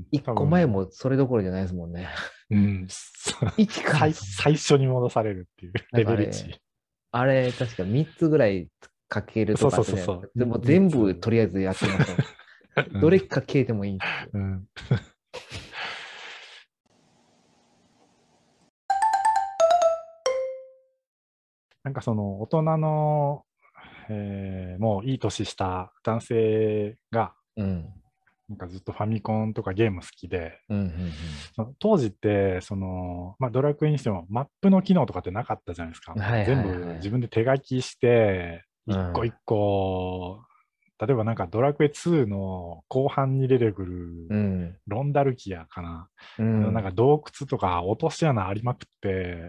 Speaker 2: 一個前もそれどころじゃないですもんね。
Speaker 3: うん、そう
Speaker 2: 一から
Speaker 3: 最最初に戻されるっていうレベルいち。
Speaker 2: あれ、確かみっつぐらいかけるとかあったじゃないですか。
Speaker 3: そうそうそうそう
Speaker 2: でも全部とりあえずやってました。
Speaker 3: うん
Speaker 2: どれか消えてもいいんですよ。
Speaker 3: うんなんかその大人の、えーもういい年した男性が、
Speaker 2: うん。
Speaker 3: なんかずっとファミコンとかゲーム好きで、
Speaker 2: うん、うん、うん。
Speaker 3: その当時ってその、まあ、ドラクエにしてもマップの機能とかってなかったじゃないですか。
Speaker 2: はいはいはい
Speaker 3: 全部自分で手書きして、
Speaker 2: うん
Speaker 3: 一個一個、例えばなんかドラクエツーの後半に出てくる
Speaker 2: うん。
Speaker 3: ロンダルキアかな。
Speaker 2: う
Speaker 3: あの
Speaker 2: ん。
Speaker 3: なんか洞窟とか落とし穴ありまくって、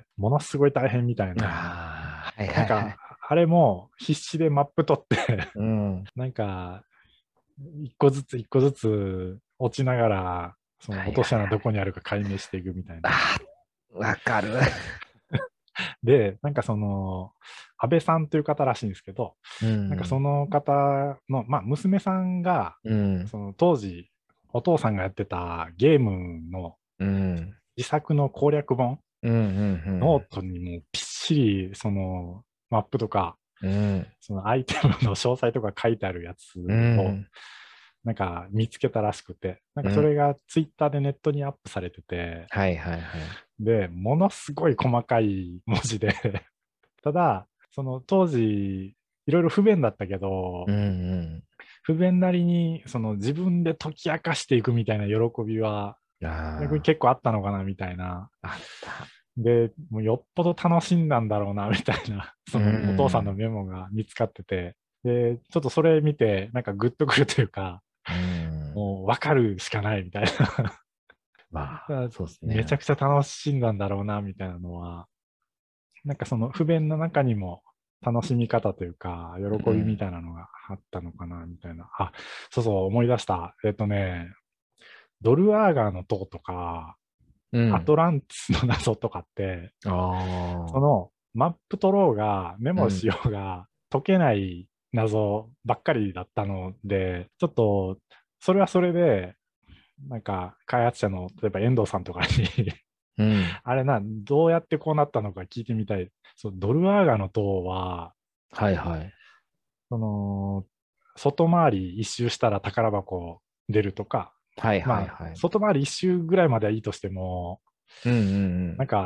Speaker 3: ものすごい大変みたいな。
Speaker 2: ああ、はい
Speaker 3: なん
Speaker 2: はいはい。
Speaker 3: か、あれも必死でマップ取って
Speaker 2: うん。
Speaker 3: なんか、一個ずつ一個ずつ落ちながら、その落とし穴どこにあるか解明していくみたいな。
Speaker 2: ああ、わかる。
Speaker 3: で、なんかその、安倍さんという方らしいんですけど、
Speaker 2: うん。
Speaker 3: なんかその方の、まあ、娘さんが、
Speaker 2: うん。
Speaker 3: その当時、お父さんがやってたゲームの
Speaker 2: うん。
Speaker 3: 自作の攻略本、
Speaker 2: うん。うん。
Speaker 3: ノートにもぴっしり、その、マップとか、
Speaker 2: うん。
Speaker 3: そのアイテムの詳細とか書いてあるやつを、
Speaker 2: うん。
Speaker 3: なんか見つけたらしくて、なんかそれがツイッターでネットにアップされてて、
Speaker 2: はいはいはい。
Speaker 3: で、ものすごい細かい文字でただ、その当時、いろいろ不便だったけど、
Speaker 2: うんうん。
Speaker 3: 不便なりにその自分で解き明かしていくみたいな喜びは、
Speaker 2: あ
Speaker 3: 逆に結構あったのかなみたいな。
Speaker 2: あ、あった。
Speaker 3: で、もうよっぽど楽しんだんだろうなみたいな、そ
Speaker 2: うん
Speaker 3: のお父さんのメモが見つかってて、で、ちょっとそれ見て、なんかグッとくるというか、
Speaker 2: うん。
Speaker 3: もう分かるしかないみたいな。
Speaker 2: まあ、そうですね。
Speaker 3: めちゃくちゃ楽しんだんだろうなみたいなのは、なんかその不便の中にも楽しみ方というか、喜びみたいなのがあったのかなみたいな。あ、そうそう、思い出した。えっとね、ドルアーガーの塔とか、
Speaker 2: うん。
Speaker 3: アトランティスの謎とかって、
Speaker 2: ああ。
Speaker 3: そのマップ取ろうがメモしようが解けない謎ばっかりだったので、ちょっとそれはそれで、なんか開発者の例えば遠藤さんとかに
Speaker 2: うん。
Speaker 3: あれな、どうやってこうなったのか聞いてみたい。そうドルアーガの塔は、
Speaker 2: はいはい。
Speaker 3: その、外回り一周したら宝箱出るとか、
Speaker 2: はいはい
Speaker 3: まあ、
Speaker 2: はい。
Speaker 3: 外回り一周ぐらいまではいいとしても、
Speaker 2: うんうんうん。
Speaker 3: なんか、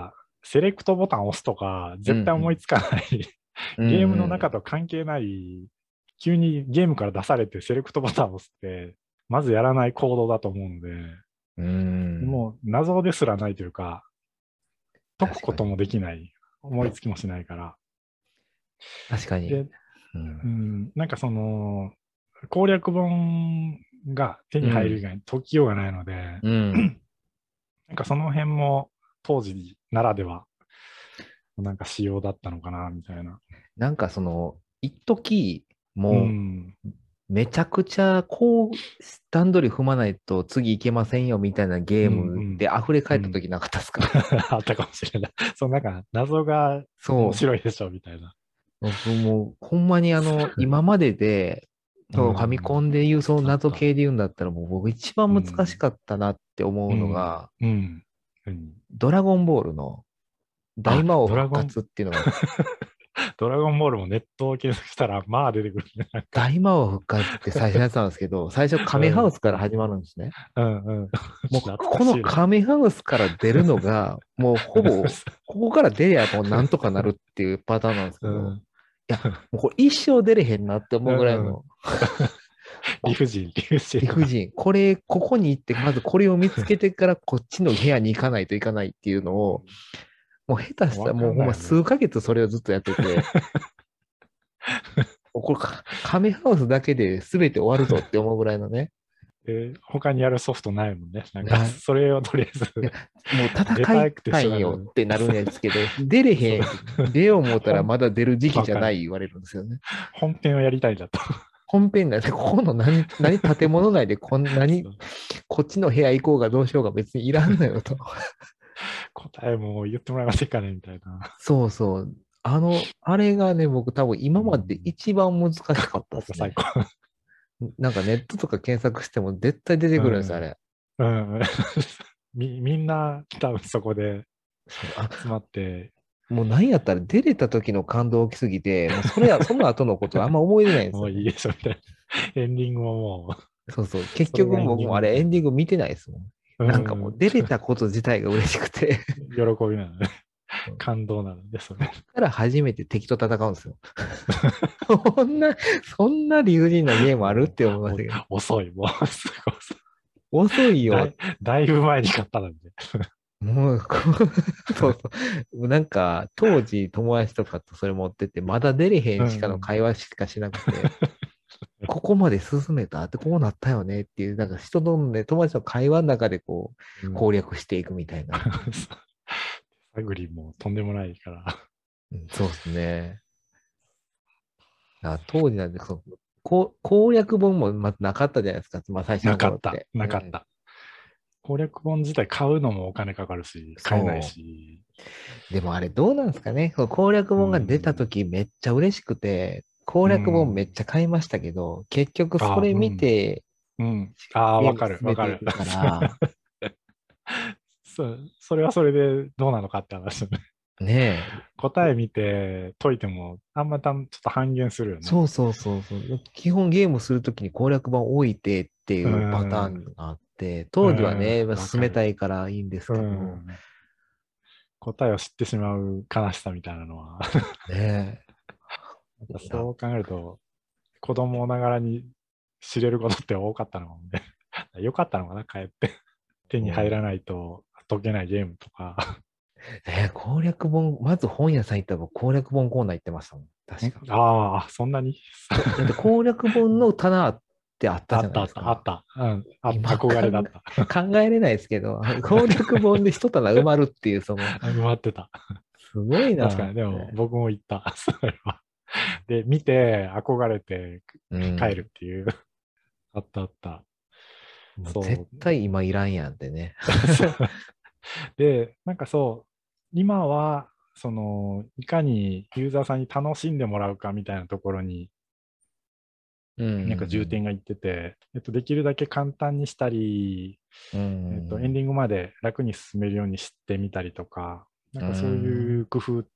Speaker 3: セレクトボタンを押すとか、絶対思いつかない、
Speaker 2: うん、
Speaker 3: ゲームの中と関係ない、急にゲームから出されてセレクトボタンを押すって、まずやらない行動だと思うので、
Speaker 2: うん、
Speaker 3: もう謎ですらないというか、解くこともできない、思いつきもしないから。
Speaker 2: 確かに。
Speaker 3: で、
Speaker 2: うん
Speaker 3: うん、なんかその、攻略本が手に入る以外に解きようがないので、
Speaker 2: うん、
Speaker 3: なんかその辺も当時ならでは、なんか仕様だったのかな、みたいな。
Speaker 2: なんかその、一時
Speaker 3: う
Speaker 2: も
Speaker 3: ん。
Speaker 2: う、めちゃくちゃ、こう、段取り踏まないと次いけませんよみたいなゲームで溢れ返った時なかったですか？
Speaker 3: あったかもしれない。そう、なんか謎が面
Speaker 2: そ
Speaker 3: 白いでしょ、みたいな。
Speaker 2: う。僕もう、ほんまにあの、今までで、そうファミコンで言う、その謎系で言うんだったら、もう僕一番難しかったなって思うのが、
Speaker 3: うん。うん。
Speaker 2: ドラゴンボールの大
Speaker 3: あ、
Speaker 2: 魔王復
Speaker 3: ドラゴン、
Speaker 2: 活っていうのが、
Speaker 3: ドラゴンボールもネットを検索したら、まあ出てくるね。なんか
Speaker 2: 大魔王復活って最初のやつなんですけど、最初カメハウスから始まるんですね。
Speaker 3: うんうん。
Speaker 2: もう
Speaker 3: 懐か
Speaker 2: この
Speaker 3: しいな
Speaker 2: カメハウスから出るのが、もうほぼ、ここから出りゃもうなんとかなるっていうパターンなんですけど、
Speaker 3: うん。
Speaker 2: いや、もうこれ一生出れへんなって思うぐらい
Speaker 3: うん
Speaker 2: の
Speaker 3: 理不尽、理不尽。
Speaker 2: 理不尽。これ、ここに行って、まずこれを見つけてからこっちの部屋に行かないといかないっていうのを、もう下手したらもうほんま数ヶ月それをずっとやってて、これか、カメハウスだけで全て終わるぞって思うぐらいのね。
Speaker 3: えー他にやるソフトないもんね。なんか、
Speaker 2: ない
Speaker 3: それをとりあえず
Speaker 2: いやもう戦いたいよってなるんですけど、出れへん、出よう思ったらまだ出る時期じゃない言われるんですよね。
Speaker 3: 本編をやりたいんだと。
Speaker 2: 本編なんで、ここの何、何建物内でこんなに、こっちの部屋行こうがどうしようが別にいらんのよと。
Speaker 3: 答えも言ってもらえませんかねみたいな。
Speaker 2: そうそう。あの、あれがね、僕多分今まで一番難しかったですね。
Speaker 3: 最高。
Speaker 2: なんかネットとか検索しても絶対出てくるんです、あれ。
Speaker 3: うん。み、みんな多分そこで
Speaker 2: あ
Speaker 3: 集まって、
Speaker 2: もう何やったら出れた時の感動大きすぎて、もうそれや、その後のことあんま思い出ないんですよ、ね。
Speaker 3: もういいでしょみたいな。エンディングもも
Speaker 2: そうそう。結局僕もあれエンディング見てないですもん。
Speaker 3: う、
Speaker 2: なんかもう出れたこと自体が嬉しくて。
Speaker 3: 喜びなのね。感動なので、それ。
Speaker 2: から初めて敵と戦うんですよ。そんな、そんな理不尽なゲームあるって思いましたけど。
Speaker 3: 遅い、もう、すごい
Speaker 2: 遅いよ。
Speaker 3: だい。だいぶ前に買ったので。
Speaker 2: もう、そうそう。なんか、当時友達とかとそれ持ってて、まだ出れへんしかの会話しかしなくて、ここまで進めたってこうなったよねっていう、なんか人のね、友達の会話の中でこう、攻略していくみたいな。
Speaker 3: サグリもとんでもないから。
Speaker 2: うん、そうですね。あ当時なんでそのこう、攻略本もまずなかったじゃないですか、まあ最初の
Speaker 3: なかった
Speaker 2: 頃って。、
Speaker 3: なかった。攻略本自体買うのもお金かかるし、買えないし。
Speaker 2: でもあれどうなんですかね。そう攻略本が出た時めっちゃ嬉しくて、攻略本めっちゃ買いましたけど、結局それ見て、
Speaker 3: うん。うん、ああ、わかる、わかる。
Speaker 2: から
Speaker 3: そそれはそれでどうなのかって話ね。
Speaker 2: ねえ。
Speaker 3: 答え見て解いても、あんまたちょっと半減するよね。
Speaker 2: そうそうそうそう。基本ゲームするときに攻略本置いてっていうパターンがあって、当時はね、進めたいからいいんですけど、
Speaker 3: 答えを知ってしまう悲しさみたいなのは。
Speaker 2: ね
Speaker 3: え。そう考えると、子供ながらに知れることって多かったのかもね。よかったのかな、かえって。手に入らないと解けないゲームとか。
Speaker 2: えー、攻略本、まず本屋さん行ったら攻略本コーナー行ってましたもん。確か。
Speaker 3: ああ、そんなに
Speaker 2: だって攻略本の棚ってあったじゃないですか。
Speaker 3: あった、あった、あった。うん。憧れだった。
Speaker 2: 考えれないですけど、攻略本で一棚埋まるっていう、その。
Speaker 3: 埋まってた。
Speaker 2: すごいな。
Speaker 3: 確かに、でも僕も行った。それは。で、見て、憧れて帰るっていう。うん、あったあった。
Speaker 2: そう。絶対今いらんやんってね。
Speaker 3: で、なんかそう、今は、その、いかにユーザーさんに楽しんでもらうかみたいなところに、なんか重点がいってて、えっと、できるだけ簡単にしたり、えっと、エンディングまで楽に進めるようにしてみたりとか、なんかそういう工夫って、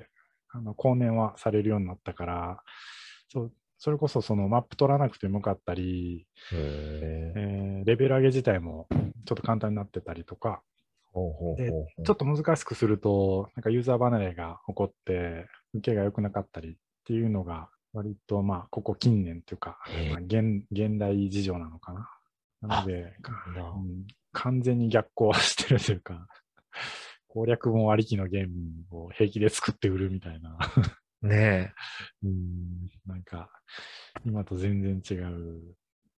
Speaker 3: あの後年はされるようになったから、そう、それこそそのマップ取らなくてもよかったり、えー、レベル上げ自体もちょっと簡単になってたりとか、
Speaker 2: ほうほう
Speaker 3: で、
Speaker 2: ほうほう
Speaker 3: ちょっと難しくすると、なんかユーザー離れが起こって、受けが良くなかったりっていうのが、割とまあ、ここ近年というか、
Speaker 2: へえ
Speaker 3: まあ、現現代事情なのかな。なので、
Speaker 2: なんだ
Speaker 3: うん、完全に逆行してるというか、攻略本ありきのゲームを平気で作って売るみたいな。
Speaker 2: ねえ。
Speaker 3: うんなんか、今と全然違う。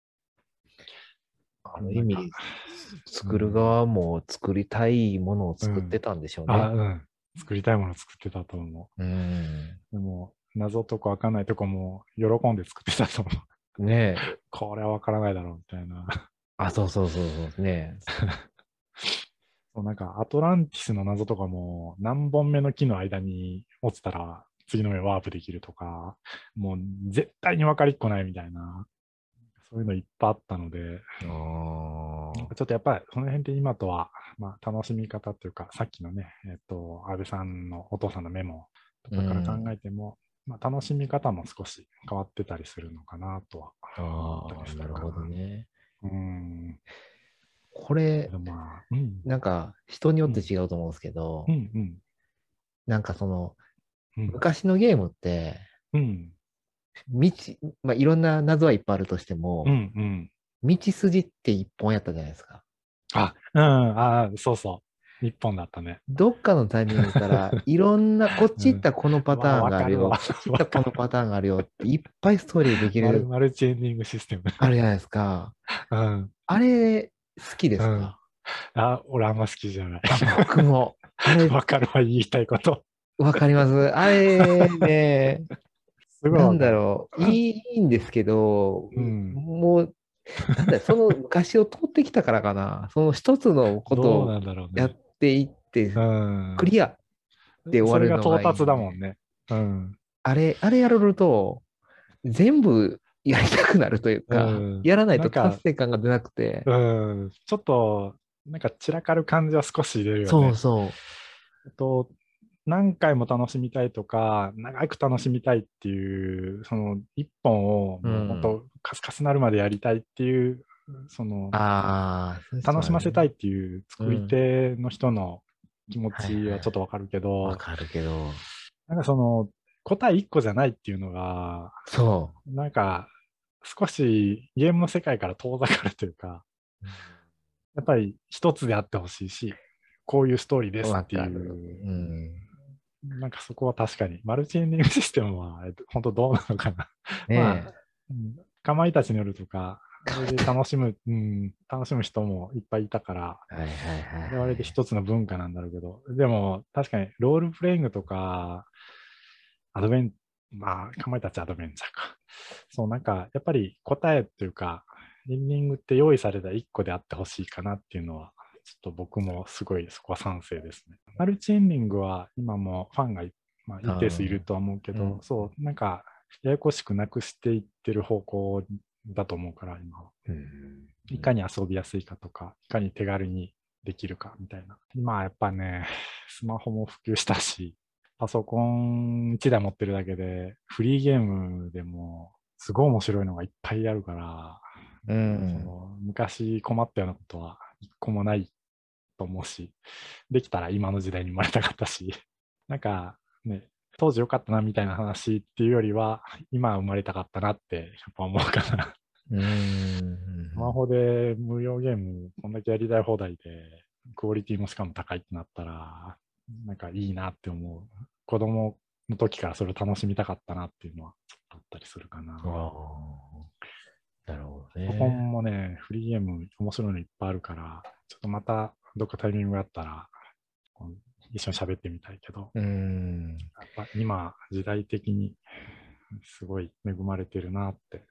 Speaker 2: ある意味
Speaker 3: なんか、
Speaker 2: 作る側も作りたいものを作ってたんでしょうね。
Speaker 3: あ、うん。作りたいもの作ってたと思
Speaker 2: うん。
Speaker 3: う。でも、謎とかわかんないとこも喜んで作ってたと思う。
Speaker 2: ねえ。
Speaker 3: これはわからないだろうみたいな。
Speaker 2: あ、そうそうそうそう。ね
Speaker 3: そうなんか、アトランティスの謎とかも、何本目の木の間に落ちたら、次の目ワープできるとか、もう絶対に分かりっこないみたいな、そういうのいっぱいあったので、
Speaker 2: え。あ
Speaker 3: なんかちょっとやっぱりその辺って今とは、まあ、楽しみ方っていうか、さっきのね、えっと、安倍さんのお父さんのメモとかから考えても、まあ、楽しみ方も少し変わってたりするのかなとは思ったり
Speaker 2: あー、
Speaker 3: するかな。
Speaker 2: なるほどね。
Speaker 3: うん。
Speaker 2: これ
Speaker 3: け、どまあ、うん。
Speaker 2: なんか人によって違うと思うんですけど、
Speaker 3: うんうん。
Speaker 2: なんかその、
Speaker 3: うん。
Speaker 2: 昔のゲームって、
Speaker 3: うん。
Speaker 2: 道、まあ、いろんな謎はいっぱいあるとしても、
Speaker 3: うんうん。
Speaker 2: 道筋って一本やったじゃないですか。
Speaker 3: あ、うん、あそうそう。日本だったね。
Speaker 2: どっかのタイミングから、いろんな、こっち行ったらこのパターンがあるよ、
Speaker 3: うんわ
Speaker 2: こっち行ったらこのパターンがあるよって、いっぱいストーリーでき
Speaker 3: マル
Speaker 2: る、
Speaker 3: マルチエンディングシステム。
Speaker 2: あるじゃないですか。
Speaker 3: うん。
Speaker 2: あれ、好きです
Speaker 3: うん
Speaker 2: か？
Speaker 3: あ、俺あんま好きじゃない。
Speaker 2: 僕も。あれ、
Speaker 3: わかるわ、言いたいこと。
Speaker 2: わかります。あれね、
Speaker 3: すごい
Speaker 2: なん
Speaker 3: わかる。
Speaker 2: だろう、いいいいんですけど、
Speaker 3: うん
Speaker 2: もう、なんだ、その昔を通ってきたからかな。その一つのこと
Speaker 3: どう
Speaker 2: を
Speaker 3: なんだろう
Speaker 2: やっ
Speaker 3: ね。
Speaker 2: ていって、
Speaker 3: うん。
Speaker 2: クリアで終わ
Speaker 3: それが
Speaker 2: るのがいい、
Speaker 3: 到達だもんね。うん。
Speaker 2: あれ、あれやると、全部やりたくなるというか、
Speaker 3: うん
Speaker 2: やらないと
Speaker 3: なんか
Speaker 2: 達成感が出なくて、
Speaker 3: うん。ちょっと、なんか散らかる感じは少し入れるよね。
Speaker 2: そうそ
Speaker 3: えっと、何回も楽しみたいとか、長く楽しみたいっていう、その一本を
Speaker 2: う。う。
Speaker 3: もう本当、カスカスなるまでやりたいっていう、その、
Speaker 2: ああ、そういう人はね
Speaker 3: 楽しませたいっていう作り手の人の気持ちはちょっとわかるけど、
Speaker 2: わかるけど、
Speaker 3: なんかその、答え一個じゃないっていうのが、
Speaker 2: そ
Speaker 3: なんか、少しゲームの世界から遠ざかるというか、
Speaker 2: う。
Speaker 3: やっぱり一つであってほしいし、こういうストーリーですってい
Speaker 2: わかる。
Speaker 3: う、
Speaker 2: うん。
Speaker 3: なんかそこは確かに、マルチエンディングシステムは、えっと本当どうなのかな。
Speaker 2: ねえ。
Speaker 3: まあ、うんかまいたちの夜とか、あれで楽しむ、うん、楽しむ人もいっぱいいたから、
Speaker 2: はいはいはい。
Speaker 3: あれはあれで一つの文化なんだろうけど、でも確かにロールプレイングとか、アドベン、まあ、かまいたちアドベンチャーか。そう、なんか、やっぱり答えっていうか、エンディングって用意された一個であってほしいかなっていうのは、ちょっと僕もすごいそこは賛成ですね。マルチエンディングは今もファンが、まあ、一定数いるとは思うけど、
Speaker 2: うん
Speaker 3: そう、なんか、ややこしくなくしていってる方向だと思うから、今は。
Speaker 2: うん
Speaker 3: いかに遊びやすいかとか、いかに手軽にできるかみたいな。今はやっぱね、スマホも普及したし、パソコンいちだい持ってるだけで、フリーゲームでもすごい面白いのがいっぱいあるから、
Speaker 2: うん
Speaker 3: その昔困ったようなことは一個もないと思うし、できたら今の時代に生まれたかったし、なんかね、当時良かったなみたいな話っていうよりは、今生まれたかったなってやっぱ思うかな。
Speaker 2: うん。
Speaker 3: スマホで無料ゲームこんだけやりたい放題で、クオリティもしかも高いってなったら、なんかいいなって思う。子供の時からそれを楽しみたかったなっていうのはちょっとあったりするかな。
Speaker 2: ああ、なるほど
Speaker 3: パソコン
Speaker 2: ね。
Speaker 3: もね、フリーゲーム面白いのいっぱいあるから、ちょっとまたどっかタイミングがあったら、こう一緒に喋ってみたいけど、
Speaker 2: うん。
Speaker 3: やっぱ今時代的にすごい恵まれてるなって。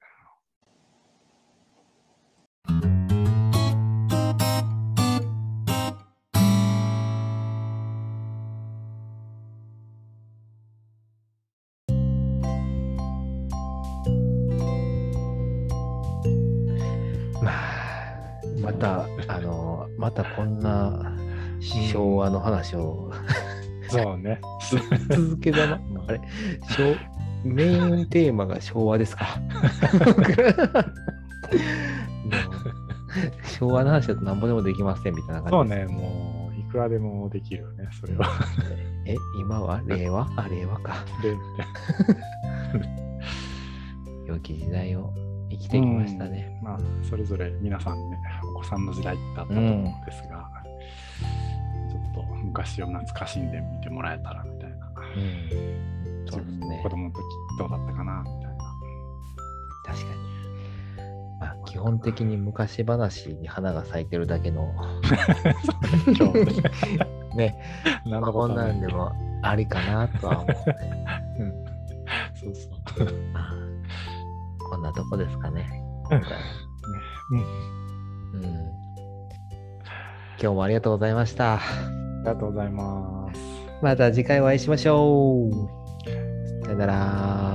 Speaker 2: まあ、また、あの、またこんな昭和の話を
Speaker 3: そうね。
Speaker 2: 続けざま、あれ、昭メインテーマが昭和ですか？昭和の話だとなんぼでもできませんみたいな感じ。
Speaker 3: そうね、もういくらでもできるよね、それは。
Speaker 2: え、今は令和あ、令和か。
Speaker 3: で、
Speaker 2: 良き時代を生きてきましたね。
Speaker 3: うん、まあ、それぞれ皆さんね、お子さんの時代ってあったと思うんですが、うん、ちょっと昔を懐かしんでみてもらえたらみたいな。
Speaker 2: うん、そうですね。
Speaker 3: 子供の時どうだったかなみたいな。
Speaker 2: 確かに。まあ、基本的に昔話に花が咲いてるだけの
Speaker 3: 今日
Speaker 2: ね、
Speaker 3: ね
Speaker 2: まあ、こんなんでもありかなとは思って、
Speaker 3: うん、そうそう。
Speaker 2: こんなとこですかね。
Speaker 3: うん
Speaker 2: 今回
Speaker 3: うん、
Speaker 2: うん。今日もありがとうございました。
Speaker 3: ありがとうございます。
Speaker 2: また次回お会いしましょう。さよなら。